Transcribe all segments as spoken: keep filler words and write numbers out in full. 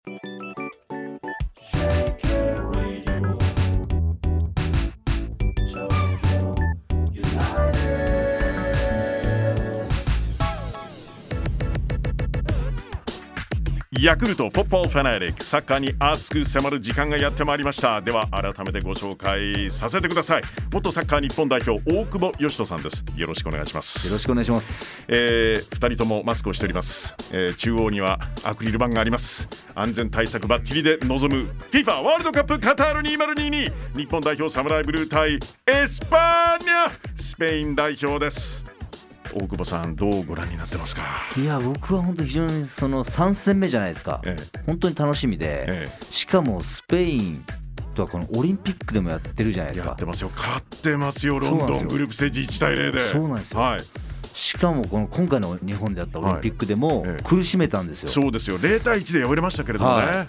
ヤクルトフォッポーファナリック、サッカーに熱く迫る時間がやってまいりました。では改めてご紹介させてください。元サッカー日本代表大久保嘉人さんです。よろしくお願いします。 よろしくお願いします。 えー、ふたりともマスクをしております。えー、中央にはアクリル板があります。安全対策バッチリで臨む FIFA ワールドカップカタールにせんにじゅうに、日本代表サムライブルー対エスパーニャスペイン代表です。大久保さん、どうご覧になってますか？ いや、僕は本当に非常にそのさん戦目じゃないですか、ええ、本当に楽しみで、ええ、しかもスペインとはこのオリンピックでもやってるじゃないですか。 やってますよ、勝ってますよ、ロンドングループステージいちたいゼロで。 そうなんですよ、はい、しかもこの今回の日本でやったオリンピックでも苦しめたんですよ、 はい、ええ、そうですよ、ゼロたいいちで敗れましたけれどもね、はい、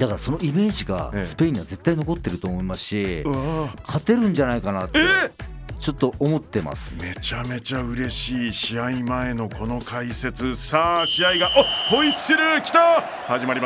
だからそのイメージがスペインには絶対残ってると思いますし、ええ、勝てるんじゃないかなって、ええ、ちょっと思ってます。 めちゃめちゃ嬉しい試合前のこの解説。さあ試合が、お、ホイッスル来た、始まります。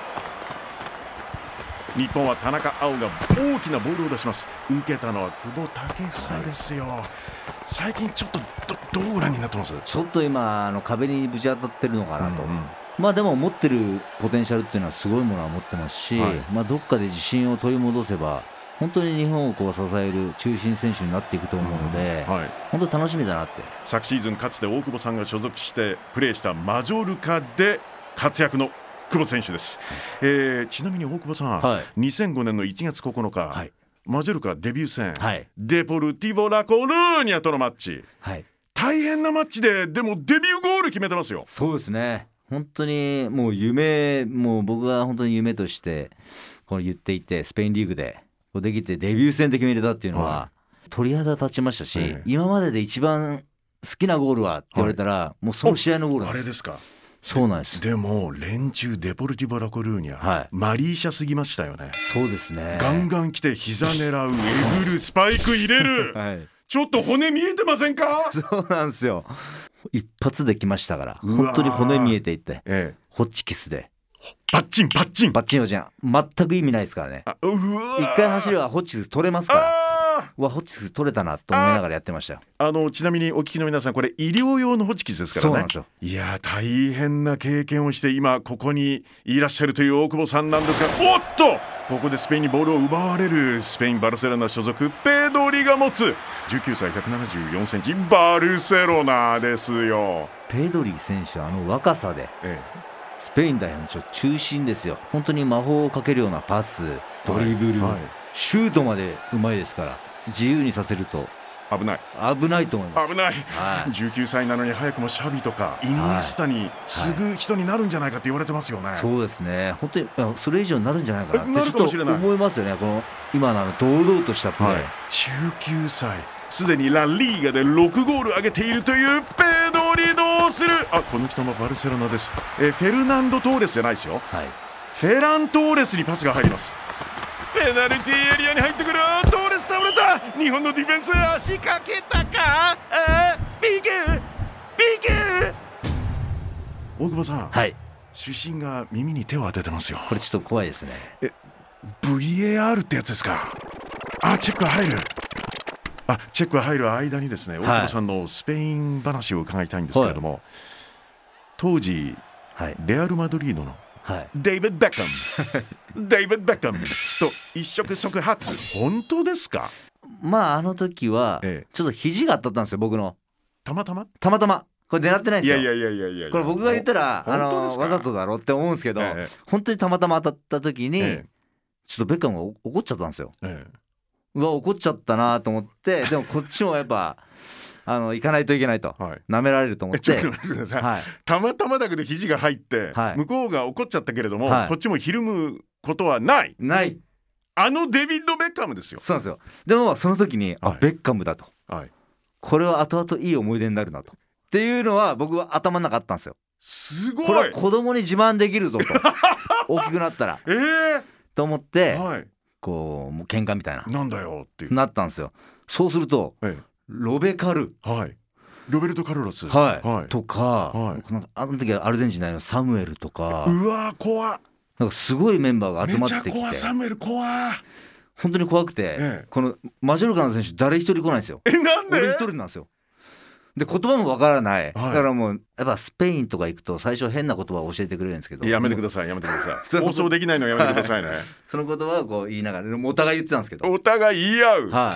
日本は田中碧が大きなボールを出します。受けたのは久保建英ですよ、はい、最近ちょっと ど, どうご覧になってます？ ちょっと今あの壁にぶち当たってるのかなと、うんうん、まあでも持ってるポテンシャルっていうのはすごいものは持ってますし、はい、まあどっかで自信を取り戻せば本当に日本をこう支える中心選手になっていくと思うので、うん、はい、本当に楽しみだなって。昨シーズンかつて大久保さんが所属してプレーしたマジョルカで活躍の久保選手です、えー、ちなみに大久保さん、はい、にせんごねんのいちがつここのか、はい、マジョルカデビュー戦、はい、デポルティボラコルーニャとのマッチ、はい、大変なマッチで、でもデビューゴール決めてますよ。 そうですね、本当にもう夢、もう僕が本当に夢としてこの言っていて、スペインリーグでできてデビュー戦で決めれたっていうのは、はい、鳥肌立ちましたし、ええ、今までで一番好きなゴールはって言われたら、はい、もうその試合のゴールなんです。 あれですか？ そうなんです。 でも連中デポルティボラコルーニャ、はい、マリーシャすぎましたよね。 そうですね、 ガンガン来て膝狙う、えぐる、スパイク入れる、はい、ちょっと骨見えてませんか？ そうなんですよ、一発で来ましたから、本当に骨見えていって、ええ、ホッチキスでバッチンバッチンバッチンじゃん、全く意味ないですからね。あ、うわ、一回走ればホッチキス取れますから、うわ、ホッチキス取れたなと思いながらやってましたよ。 あのちなみにお聞きの皆さん、これ医療用のホッチキスですからね。 そうなんですよ。 いや大変な経験をして今ここにいらっしゃるという大久保さんなんですが、おっとここでスペインにボールを奪われるスペインバルセロナ所属ペドリが持つじゅうきゅうさいひゃくななじゅうよんセンチバルセロナですよ。 ペドリ選手はあの若さで、ええ、スペイン代表の中心ですよ。本当に魔法をかけるようなパス、ドリブル、はいはい、シュートまでうまいですから、自由にさせると危ない危ないと思います。 危ない、はい、じゅうきゅうさいなのに早くもシャビとかイニエスタに次ぐ人になるんじゃないかって言われてますよね、はいはい、 そうですね、本当にそれ以上になるんじゃないかなってちょっと思いますよね。この今のあの堂々としたプレー、はい、 じゅうきゅうさいすでにラ・リーガでろくゴール挙げているというペドリ、どうする？あ、この人もバルセロナです。えフェルナンド・トーレスじゃないですよ、はい、フェラントーレスにパスが入ります。ペナルティーエリアに入ってくる。トーレス倒れた。日本のディフェンス足かけたか。あー、ピケピケ。大久保さん、はい、主審が耳に手を当ててますよ。 これちょっと怖いですね。 え ブイエーアール ってやつですか？あ、チェックが入る。あ、チェックが入る間にですね、大久保さんのスペイン話を伺いたいんですけれども、はい、当時、はい、レアル・マドリードのはい、デイビッド・ベッカムデイビッド・ベッカムと一触即発、本当ですか？ まああの時はちょっと肘が当たったんですよ、僕の。 たまたまたまたまこれ狙ってないんですよ。 いやいやいやいやいや、 これ僕が言ったらあのわざとだろって思うんですけど、ええ、本当にたまたま当たった時に、ええ、ちょっとベッカムが怒っちゃったんですよ、ええ、うわ怒っちゃったなと思って、でもこっちもやっぱあの行かないといけないと、はい、舐められると思って、 ちょっと待ってください、はい、たまたまだけど肘が入って、はい、向こうが怒っちゃったけれども、はい、こっちもひるむことはないないあのデビッド・ベッカムですよ。 そうなんですよ。でもその時に、はい、あベッカムだと、はい、これは後々いい思い出になるなとっていうのは僕は頭の中あったんですよ。 すごい、 これは子供に自慢できるぞと大きくなったら、 えー、 と思って、はい、こうもう喧嘩みたいななんだよっていうなったんですよ。そうすると、ええ、ロベカル、 はい、ロベルト・カルロス、 はいはい、とか、はい、このあの時はアルゼンチンのサムエルとか、 うわ怖っ、 なんかすごいメンバーが集まってきて、 めちゃ怖サムエル怖本当に怖くて、ええ、このマジョルカの選手誰一人来ないんですよ。 えなんで？ 俺一人なんですよ。で言葉もわからない、はい、だからもうやっぱスペインとか行くと最初変な言葉を教えてくれるんですけど、 やめてくださいやめてください放送できないのやめてくださいね、はい、 その言葉をこう言いながらお互い言ってたんですけど、 お互い言い合う、 はい、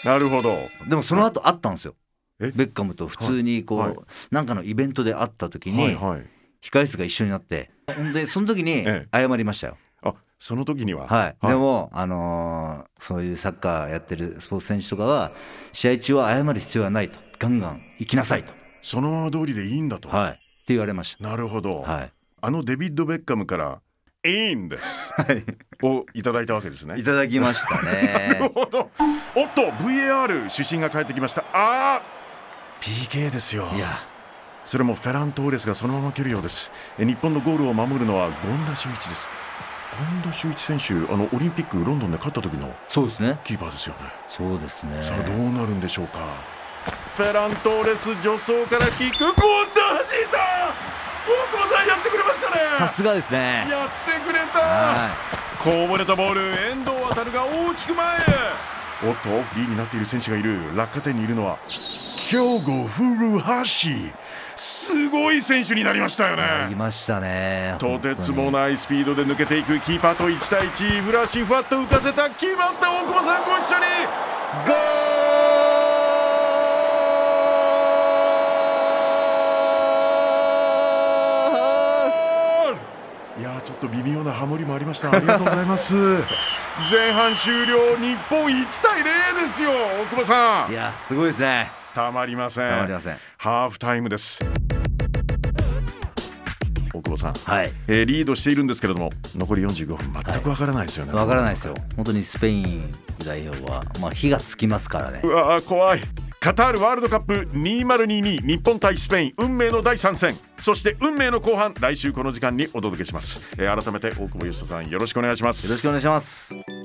なるほど。 でもその後会ったんですよ、ベッカムと普通にこう、はい、なんかのイベントで会った時に、はいはい、控え室が一緒になって、でその時に謝りましたよ、 ええ、あその時には、 はい、はい、でも、あのー、そういうサッカーやってるスポーツ選手とかは試合中は謝る必要はないと、ガンガン行きなさいと、 そのまま通りでいいんだと、 はい、って言われました。 なるほど、 はい、 あのデビッド・ベッカムからいいんです、はい、をいただいたわけですね。 いただきましたねなるほど。おっと ブイエーアール 主審が帰ってきました。あー ピーケー ですよ。 いやそれもフェラントーレスがそのまま蹴るようです。日本のゴールを守るのは権田修一です。権田修一選手、あのオリンピックロンドンで勝った時のそうですねキーパーですよね。 そうですね。 さあどうなるんでしょうか。フェラントーレス助走からキック、権田はじいた。大久保さんやってくれましたね。 さすがですね。 やってくれた。こぼれたボール、遠藤航が大きく前へ。おっとフリーになっている選手がいる。落下点にいるのは兵庫古橋、すごい選手になりましたよね。 なりましたね。 とてつもないスピードで抜けていくキーパーといち対いち、フラッシュふわっと浮かせた、決まった。大久保さんご一緒にゴール。いやちょっと微妙なハモリもありました。ありがとうございます前半終了、日本いち対ゼロですよ。大久保さん、 いやすごいですね。 たまりません。 たまりません。 ハーフタイムです。大久保さん、 はい、 えー、リードしているんですけれども残りよんじゅうごふん、全くわからないですよね。 わ、はい、からないですよ。本当にスペイン代表は、まあ、火がつきますからね。 うわ怖い。カタールワールドカップにせんにじゅうに、日本対スペイン、運命のだいさん戦、そして運命の後半、来週この時間にお届けします。えー、改めて大久保嘉人さんよろしくお願いします。 よろしくお願いします。